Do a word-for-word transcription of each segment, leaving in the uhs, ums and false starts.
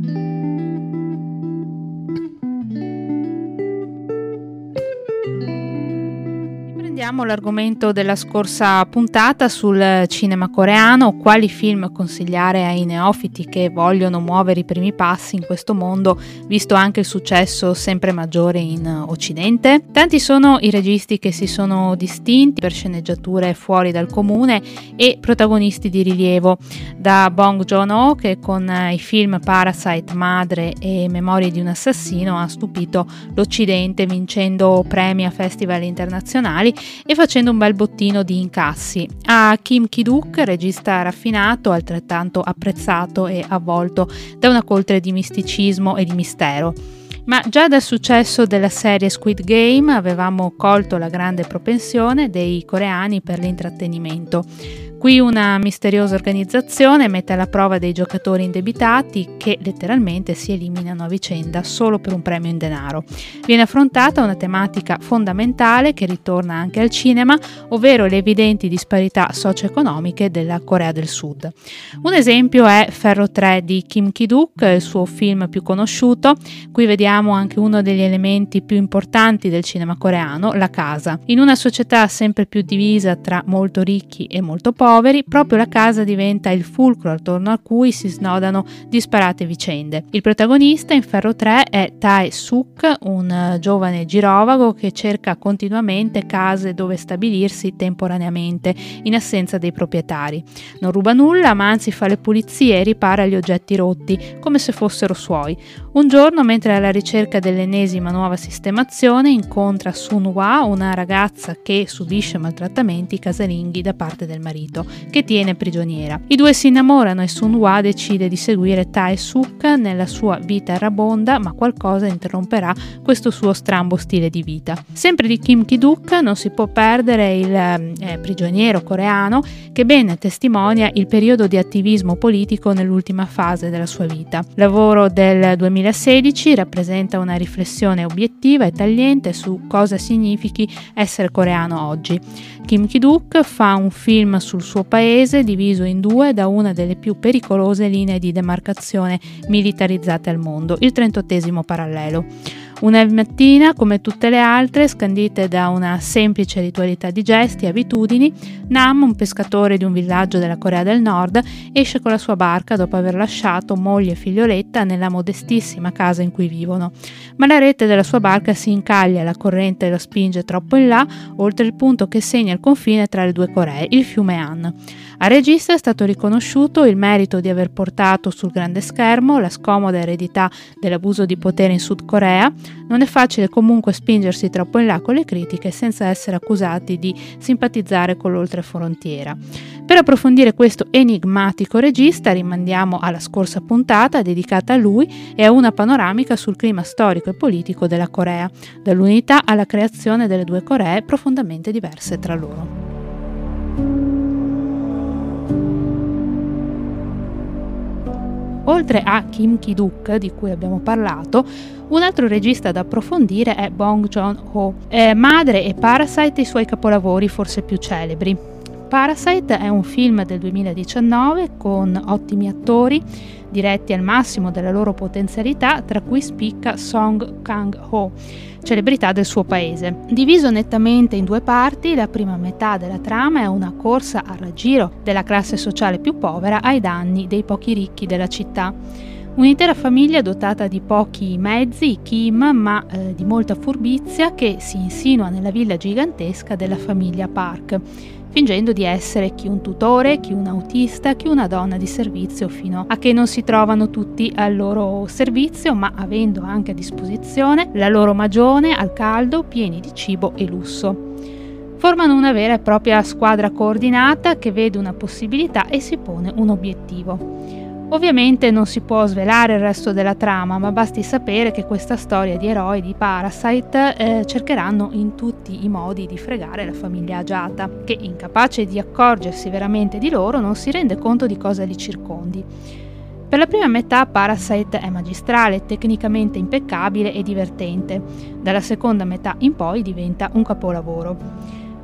Riprendiamo l'argomento della scorsa puntata sul cinema coreano, quali film consigliare ai neofiti che vogliono muovere i primi passi in questo mondo, visto anche il successo sempre maggiore in Occidente. Tanti sono i registi che si sono distinti per sceneggiature fuori dal comune e protagonisti di rilievo, da Bong Joon-ho, che con i film Parasite, Madre e Memorie di un assassino ha stupito l'Occidente vincendo premi a festival internazionali e facendo un bel bottino di incassi, a Kim Ki-duk, regista raffinato, altrettanto apprezzato e avvolto da una coltre di misticismo e di mistero. Ma già dal successo della serie Squid Game avevamo colto la grande propensione dei coreani per l'intrattenimento. Qui una misteriosa organizzazione mette alla prova dei giocatori indebitati che letteralmente si eliminano a vicenda solo per un premio in denaro. Viene affrontata una tematica fondamentale che ritorna anche al cinema, ovvero le evidenti disparità socio-economiche della Corea del Sud. Un esempio è Ferro tre di Kim Ki-duk, il suo film più conosciuto. Qui vediamo anche uno degli elementi più importanti del cinema coreano, la casa. In una società sempre più divisa tra molto ricchi e molto poveri, proprio la casa diventa il fulcro attorno a cui si snodano disparate vicende. Il protagonista in Ferro tre è Tae-suk, un giovane girovago che cerca continuamente case dove stabilirsi temporaneamente in assenza dei proprietari. Non ruba nulla, ma anzi fa le pulizie e ripara gli oggetti rotti come se fossero suoi. Un giorno, mentre è alla ricerca dell'ennesima nuova sistemazione, incontra Sun-hwa, una ragazza che subisce maltrattamenti casalinghi da parte del marito, che tiene prigioniera. I due si innamorano e Sun-hwa decide di seguire Tae-suk nella sua vita errabonda, ma qualcosa interromperà questo suo strambo stile di vita. Sempre di Kim Ki-duk non si può perdere il eh, prigioniero coreano, che ben testimonia il periodo di attivismo politico nell'ultima fase della sua vita. Lavoro del duemilasedici rappresenta una riflessione obiettiva e tagliente su cosa significhi essere coreano oggi. Kim Ki-duk fa un film sul suo paese diviso in due da una delle più pericolose linee di demarcazione militarizzate al mondo, il trentottesimo parallelo. Una mattina, come tutte le altre, scandite da una semplice ritualità di gesti e abitudini, Nam, un pescatore di un villaggio della Corea del Nord, esce con la sua barca dopo aver lasciato moglie e figlioletta nella modestissima casa in cui vivono. Ma la rete della sua barca si incaglia e la corrente lo spinge troppo in là, oltre il punto che segna il confine tra le due Coree, il fiume Han. Al regista è stato riconosciuto il merito di aver portato sul grande schermo la scomoda eredità dell'abuso di potere in Sud Corea. Non è facile comunque spingersi troppo in là con le critiche senza essere accusati di simpatizzare con l'oltrefrontiera. Per approfondire questo enigmatico regista rimandiamo alla scorsa puntata dedicata a lui e a una panoramica sul clima storico e politico della Corea, dall'unità alla creazione delle due Coree profondamente diverse tra loro. Oltre a Kim Ki-duk, di cui abbiamo parlato, un altro regista da approfondire è Bong Joon-ho. Eh, Madre e Parasite i suoi capolavori forse più celebri. Parasite è un film del duemiladiciannove con ottimi attori, diretti al massimo della loro potenzialità, tra cui spicca Song Kang-ho, celebrità del suo paese. Diviso nettamente in due parti, la prima metà della trama è una corsa al raggiro della classe sociale più povera ai danni dei pochi ricchi della città. Un'intera famiglia dotata di pochi mezzi, i Kim, ma eh, di molta furbizia, che si insinua nella villa gigantesca della famiglia Park, fingendo di essere chi un tutore, chi un autista, chi una donna di servizio, fino a che non si trovano tutti al loro servizio, ma avendo anche a disposizione la loro magione al caldo, pieni di cibo e lusso. Formano una vera e propria squadra coordinata che vede una possibilità e si pone un obiettivo. Ovviamente non si può svelare il resto della trama, ma basti sapere che questa storia di eroi di Parasite eh, cercheranno in tutti i modi di fregare la famiglia agiata, che, incapace di accorgersi veramente di loro, non si rende conto di cosa li circondi. Per la prima metà Parasite è magistrale, tecnicamente impeccabile e divertente. Dalla seconda metà in poi diventa un capolavoro.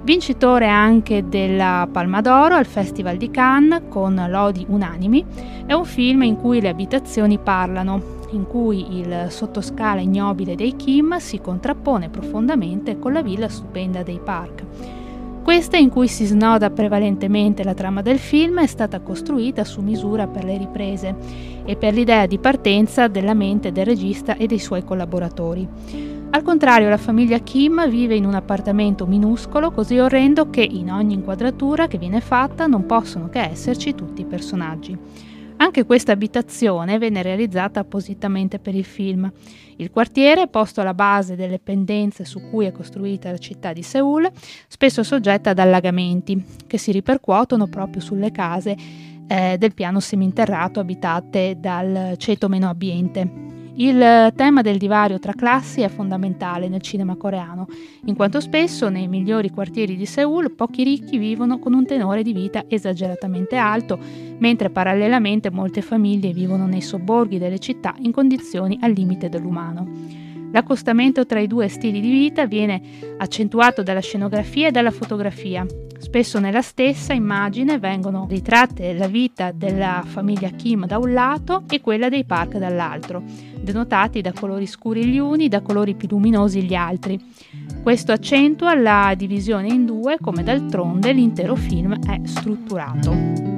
Vincitore anche della Palma d'Oro al Festival di Cannes con Lodi unanimi, è un film in cui le abitazioni parlano, in cui il sottoscala ignobile dei Kim si contrappone profondamente con la villa stupenda dei Park. Questa, in cui si snoda prevalentemente la trama del film, è stata costruita su misura per le riprese e per l'idea di partenza della mente del regista e dei suoi collaboratori. Al contrario, la famiglia Kim vive in un appartamento minuscolo così orrendo che in ogni inquadratura che viene fatta non possono che esserci tutti i personaggi. Anche questa abitazione venne realizzata appositamente per il film. Il quartiere, posto alla base delle pendenze su cui è costruita la città di Seul, spesso soggetta ad allagamenti che si ripercuotono proprio sulle case eh, del piano seminterrato abitate dal ceto meno abbiente. Il tema del divario tra classi è fondamentale nel cinema coreano, in quanto spesso nei migliori quartieri di Seul pochi ricchi vivono con un tenore di vita esageratamente alto, mentre parallelamente molte famiglie vivono nei sobborghi delle città in condizioni al limite dell'umano. L'accostamento tra i due stili di vita viene accentuato dalla scenografia e dalla fotografia. Spesso nella stessa immagine vengono ritratte la vita della famiglia Kim da un lato e quella dei Park dall'altro, denotati da colori scuri gli uni, da colori più luminosi gli altri. Questo accentua la divisione in due, come d'altronde l'intero film è strutturato.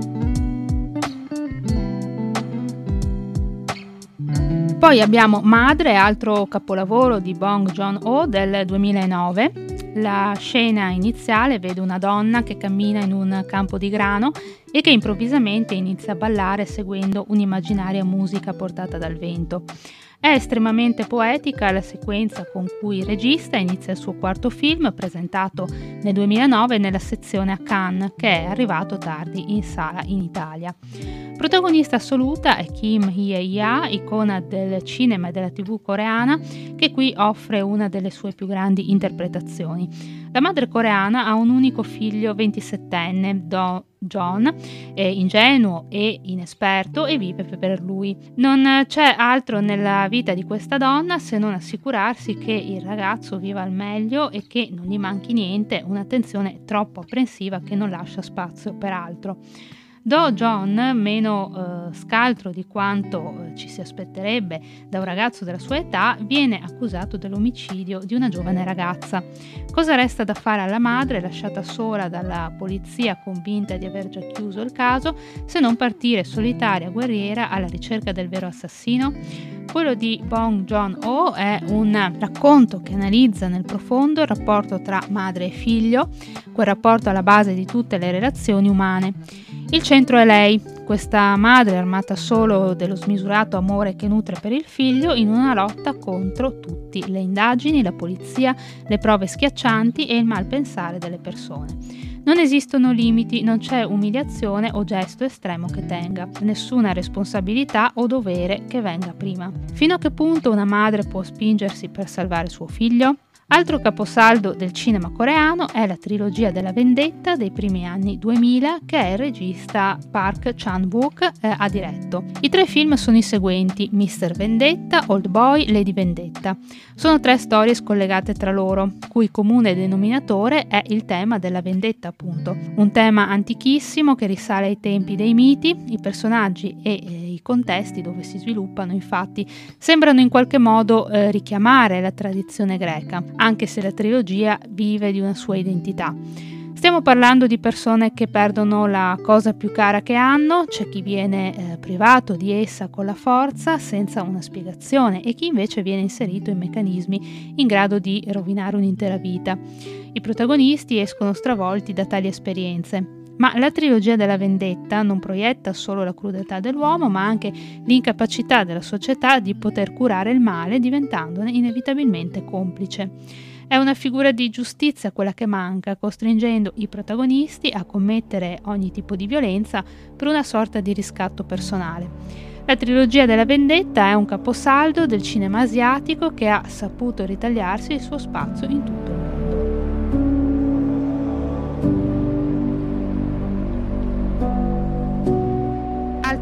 Poi abbiamo Madre, altro capolavoro di Bong Joon-ho del duemilanove. La scena iniziale vede una donna che cammina in un campo di grano e che improvvisamente inizia a ballare seguendo un'immaginaria musica portata dal vento. È estremamente poetica la sequenza con cui il regista inizia il suo quarto film, presentato nel duemilanove nella sezione a Cannes, che è arrivato tardi in sala in Italia. Protagonista assoluta è Kim Hye-ja, icona del cinema e della tivù coreana, che qui offre una delle sue più grandi interpretazioni. La madre coreana ha un unico figlio ventisettenne, Do John, è ingenuo e inesperto e vive per lui. Non c'è altro nella vita di questa donna se non assicurarsi che il ragazzo viva al meglio e che non gli manchi niente, un'attenzione troppo apprensiva che non lascia spazio per altro. Do John, meno eh, scaltro di quanto eh, ci si aspetterebbe da un ragazzo della sua età, viene accusato dell'omicidio di una giovane ragazza. Cosa resta da fare alla madre, lasciata sola dalla polizia convinta di aver già chiuso il caso, se non partire solitaria guerriera alla ricerca del vero assassino? Quello di Bong Joon-ho è un racconto che analizza nel profondo il rapporto tra madre e figlio, quel rapporto alla base di tutte le relazioni umane. Il centro è lei, questa madre armata solo dello smisurato amore che nutre per il figlio in una lotta contro tutti, le indagini, la polizia, le prove schiaccianti e il malpensare delle persone. Non esistono limiti, non c'è umiliazione o gesto estremo che tenga, nessuna responsabilità o dovere che venga prima. Fino a che punto una madre può spingersi per salvare suo figlio? Altro caposaldo del cinema coreano è la trilogia della vendetta dei primi anni duemila che il regista Park Chan-wook eh, ha diretto. I tre film sono i seguenti: mister Vendetta, Old Boy, Lady Vendetta. Sono tre storie scollegate tra loro, cui comune denominatore è il tema della vendetta, appunto. Un tema antichissimo che risale ai tempi dei miti. I personaggi e eh, i contesti dove si sviluppano, infatti, sembrano in qualche modo eh, richiamare la tradizione greca, anche se la trilogia vive di una sua identità. Stiamo parlando di persone che perdono la cosa più cara che hanno, c'è chi viene eh, privato di essa con la forza senza una spiegazione e chi invece viene inserito in meccanismi in grado di rovinare un'intera vita. I protagonisti escono stravolti da tali esperienze. Ma la trilogia della vendetta non proietta solo la crudeltà dell'uomo, ma anche l'incapacità della società di poter curare il male diventandone inevitabilmente complice. È una figura di giustizia quella che manca, costringendo i protagonisti a commettere ogni tipo di violenza per una sorta di riscatto personale. La trilogia della vendetta è un caposaldo del cinema asiatico che ha saputo ritagliarsi il suo spazio in tutto il mondo. Altro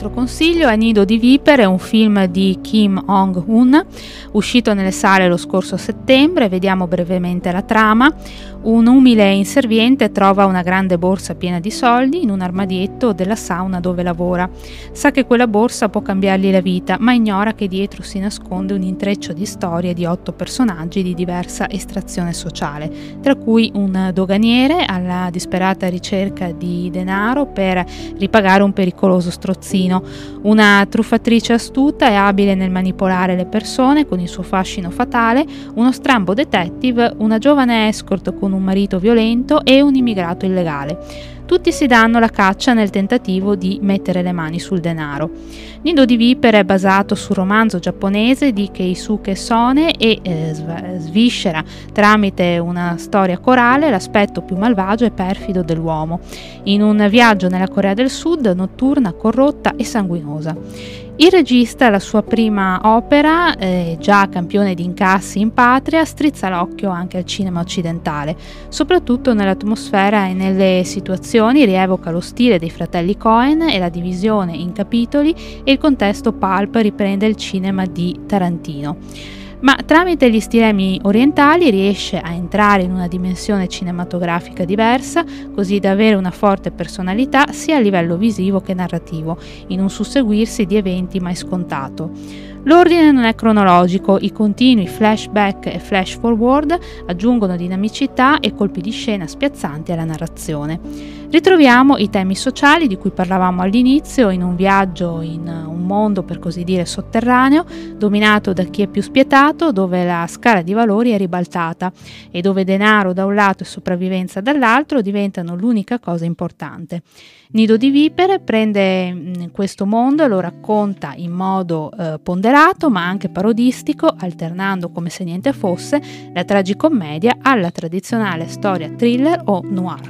altro consiglio è Nido di Vipere, un film di Kim Hong-un, uscito nelle sale lo scorso settembre. Vediamo brevemente la trama. Un umile inserviente trova una grande borsa piena di soldi in un armadietto della sauna dove lavora. Sa che quella borsa può cambiargli la vita, ma ignora che dietro si nasconde un intreccio di storie di otto personaggi di diversa estrazione sociale, tra cui un doganiere alla disperata ricerca di denaro per ripagare un pericoloso strozzino, una truffatrice astuta e abile nel manipolare le persone con il suo fascino fatale, uno strambo detective, una giovane escort con un marito violento e un immigrato illegale. Tutti si danno la caccia nel tentativo di mettere le mani sul denaro. Nido di Vipere è basato sul romanzo giapponese di Keisuke Sone e eh, sviscera tramite una storia corale l'aspetto più malvagio e perfido dell'uomo, in un viaggio nella Corea del Sud notturna, corrotta e sanguinosa. Il regista, la sua prima opera, eh, già campione di incassi in patria, strizza l'occhio anche al cinema occidentale, soprattutto nell'atmosfera e nelle situazioni. Rievoca lo stile dei fratelli Coen e la divisione in capitoli, e il contesto pulp riprende il cinema di Tarantino. Ma tramite gli stilemi orientali riesce a entrare in una dimensione cinematografica diversa, così da avere una forte personalità sia a livello visivo che narrativo, in un susseguirsi di eventi mai scontato. L'ordine non è cronologico, i continui flashback e flash forward aggiungono dinamicità e colpi di scena spiazzanti alla narrazione. Ritroviamo i temi sociali di cui parlavamo all'inizio in un viaggio in un mondo per così dire sotterraneo, dominato da chi è più spietato, dove la scala di valori è ribaltata e dove denaro da un lato e sopravvivenza dall'altro diventano l'unica cosa importante. Nido di Vipere prende questo mondo e lo racconta in modo eh, ponderato ma anche parodistico, alternando come se niente fosse la tragicommedia alla tradizionale storia thriller o noir.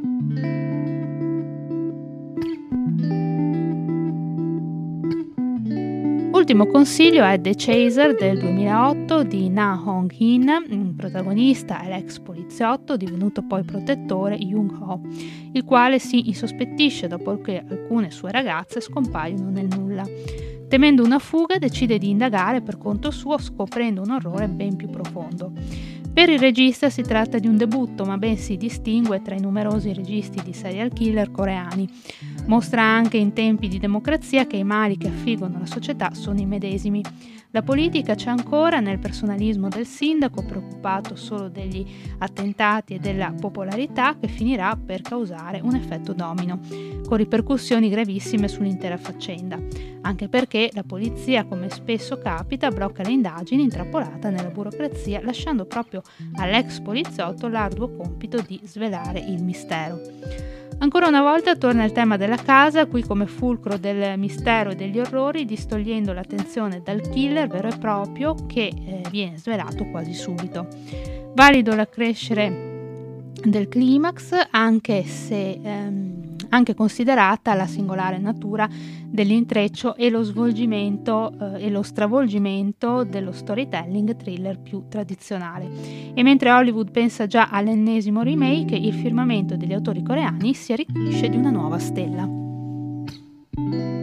L'ultimo consiglio è The Chaser del duemilaotto di Na Hong-in. Il protagonista è l'ex poliziotto divenuto poi protettore Young-ho, il quale si insospettisce dopo che alcune sue ragazze scompaiono nel nulla. Temendo una fuga, decide di indagare per conto suo, scoprendo un orrore ben più profondo. Per il regista si tratta di un debutto, ma ben si distingue tra i numerosi registi di serial killer coreani. Mostra anche in tempi di democrazia che i mali che affliggono la società sono i medesimi. La politica c'è ancora nel personalismo del sindaco, preoccupato solo degli attentati e della popolarità, che finirà per causare un effetto domino, con ripercussioni gravissime sull'intera faccenda, anche perché la polizia, come spesso capita, blocca le indagini intrappolata nella burocrazia, lasciando proprio all'ex poliziotto l'arduo compito di svelare il mistero. Ancora una volta torna il tema della casa, qui come fulcro del mistero e degli orrori, distogliendo l'attenzione dal killer vero e proprio che eh, viene svelato quasi subito. Valido l'accrescere del climax, anche se ehm, anche considerata la singolare natura dell'intreccio e lo svolgimento eh, e lo stravolgimento dello storytelling thriller più tradizionale. E mentre Hollywood pensa già all'ennesimo remake, il firmamento degli autori coreani si arricchisce di una nuova stella.